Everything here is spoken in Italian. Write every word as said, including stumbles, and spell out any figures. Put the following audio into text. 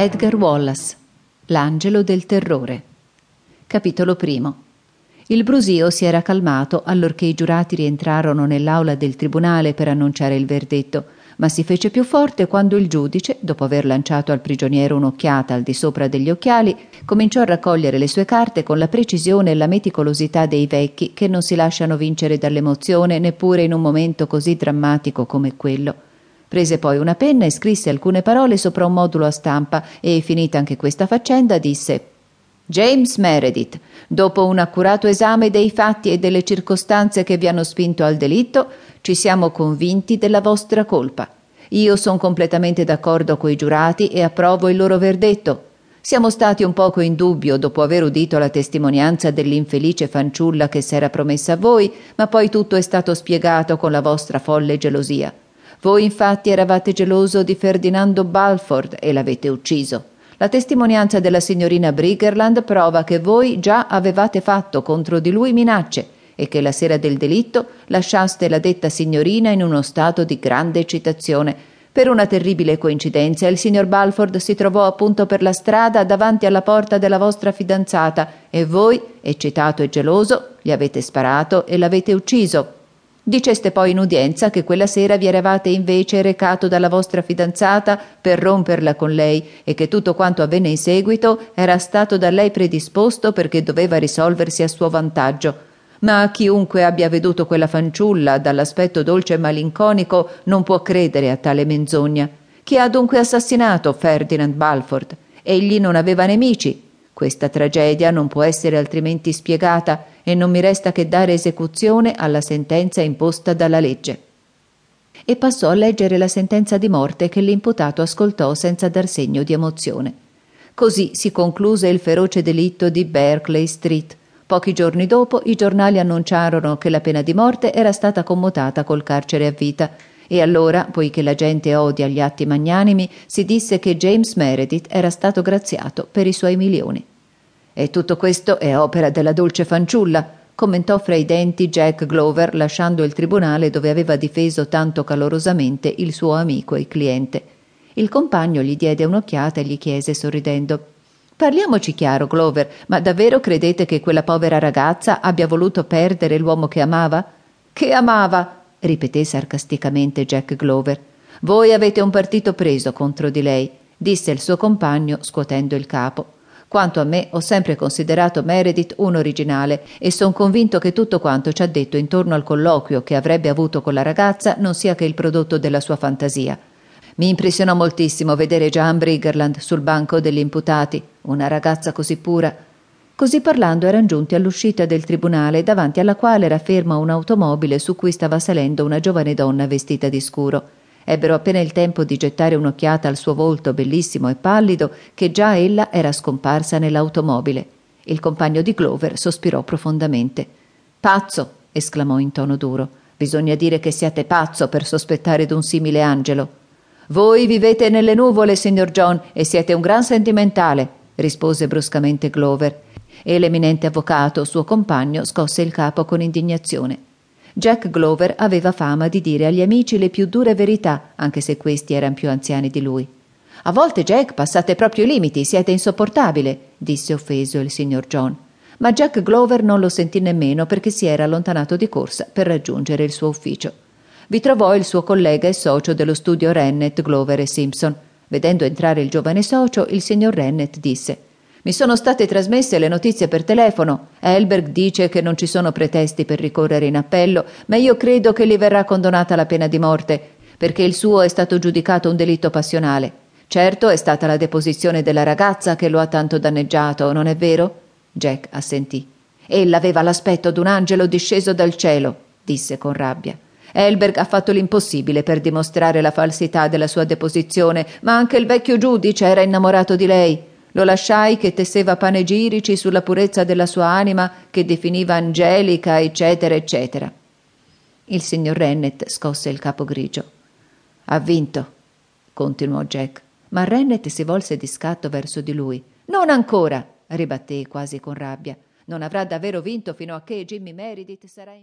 Edgar Wallace, L'angelo del terrore. Capitolo primo. Il brusio si era calmato allorché i giurati rientrarono nell'aula del tribunale per annunciare il verdetto, ma si fece più forte quando il giudice, dopo aver lanciato al prigioniero un'occhiata al di sopra degli occhiali, cominciò a raccogliere le sue carte con la precisione e la meticolosità dei vecchi che non si lasciano vincere dall'emozione neppure in un momento così drammatico come quello. Prese poi una penna e scrisse alcune parole sopra un modulo a stampa e, finita anche questa faccenda, disse: James Meredith, dopo un accurato esame dei fatti e delle circostanze che vi hanno spinto al delitto, ci siamo convinti della vostra colpa. Io sono completamente d'accordo coi giurati e approvo il loro verdetto. Siamo stati un poco in dubbio dopo aver udito la testimonianza dell'infelice fanciulla che s'era promessa a voi, ma poi tutto è stato spiegato con la vostra folle gelosia. Voi infatti eravate geloso di Ferdinando Balford e l'avete ucciso. La testimonianza della signorina Briggerland prova che voi già avevate fatto contro di lui minacce e che la sera del delitto lasciaste la detta signorina in uno stato di grande eccitazione. Per una terribile coincidenza il signor Balford si trovò appunto per la strada davanti alla porta della vostra fidanzata e voi, eccitato e geloso, gli avete sparato e l'avete ucciso. Diceste poi in udienza che quella sera vi eravate invece recato dalla vostra fidanzata per romperla con lei e che tutto quanto avvenne in seguito era stato da lei predisposto perché doveva risolversi a suo vantaggio. Ma chiunque abbia veduto quella fanciulla dall'aspetto dolce e malinconico non può credere a tale menzogna. Chi ha dunque assassinato Ferdinand Balford? Egli non aveva nemici. Questa tragedia non può essere altrimenti spiegata e non mi resta che dare esecuzione alla sentenza imposta dalla legge. E passò a leggere la sentenza di morte che l'imputato ascoltò senza dar segno di emozione. Così si concluse il feroce delitto di Berkeley Street. Pochi giorni dopo i giornali annunciarono che la pena di morte era stata commutata col carcere a vita. E allora, poiché la gente odia gli atti magnanimi, si disse che James Meredith era stato graziato per i suoi milioni. E tutto questo è opera della dolce fanciulla, commentò fra i denti Jack Glover, lasciando il tribunale dove aveva difeso tanto calorosamente il suo amico e cliente. Il compagno gli diede un'occhiata e gli chiese sorridendo: «Parliamoci chiaro, Glover, ma davvero credete che quella povera ragazza abbia voluto perdere l'uomo che amava?» «Che amava!» ripeté sarcasticamente Jack Glover. «Voi avete un partito preso contro di lei», disse il suo compagno scuotendo il capo. «Quanto a me, ho sempre considerato Meredith un originale e son convinto che tutto quanto ci ha detto intorno al colloquio che avrebbe avuto con la ragazza non sia che il prodotto della sua fantasia. Mi impressionò moltissimo vedere Jean Briggerland sul banco degli imputati, una ragazza così pura». Così parlando eran giunti all'uscita del tribunale, davanti alla quale era ferma un'automobile su cui stava salendo una giovane donna vestita di scuro. Ebbero appena il tempo di gettare un'occhiata al suo volto bellissimo e pallido, che già ella era scomparsa nell'automobile. Il compagno di Glover sospirò profondamente. «Pazzo!» esclamò in tono duro. «Bisogna dire che siate pazzo per sospettare d'un simile angelo». «Voi vivete nelle nuvole, signor John, e siete un gran sentimentale», rispose bruscamente Glover. E l'eminente avvocato, suo compagno, scosse il capo con indignazione. Jack Glover aveva fama di dire agli amici le più dure verità, anche se questi eran più anziani di lui. «A volte, Jack, passate proprio i limiti, siete insopportabile», disse offeso il signor John. Ma Jack Glover non lo sentì nemmeno perché si era allontanato di corsa per raggiungere il suo ufficio. Vi trovò il suo collega e socio dello studio Rennett, Glover e Simpson. Vedendo entrare il giovane socio, il signor Rennett disse: «Mi sono state trasmesse le notizie per telefono. Helberg dice che non ci sono pretesti per ricorrere in appello, ma io credo che gli verrà condonata la pena di morte, perché il suo è stato giudicato un delitto passionale. Certo, è stata la deposizione della ragazza che lo ha tanto danneggiato, non è vero?» Jack assentì. «Ella aveva l'aspetto d'un angelo disceso dal cielo», disse con rabbia. «Helberg ha fatto l'impossibile per dimostrare la falsità della sua deposizione, ma anche il vecchio giudice era innamorato di lei. Lo lasciai che tesseva panegirici sulla purezza della sua anima, che definiva angelica, eccetera, eccetera». Il signor Rennett scosse il capo grigio. «Ha vinto», continuò Jack, ma Rennett si volse di scatto verso di lui. «Non ancora», ribatté quasi con rabbia. «Non avrà davvero vinto fino a che Jimmy Meredith sarà in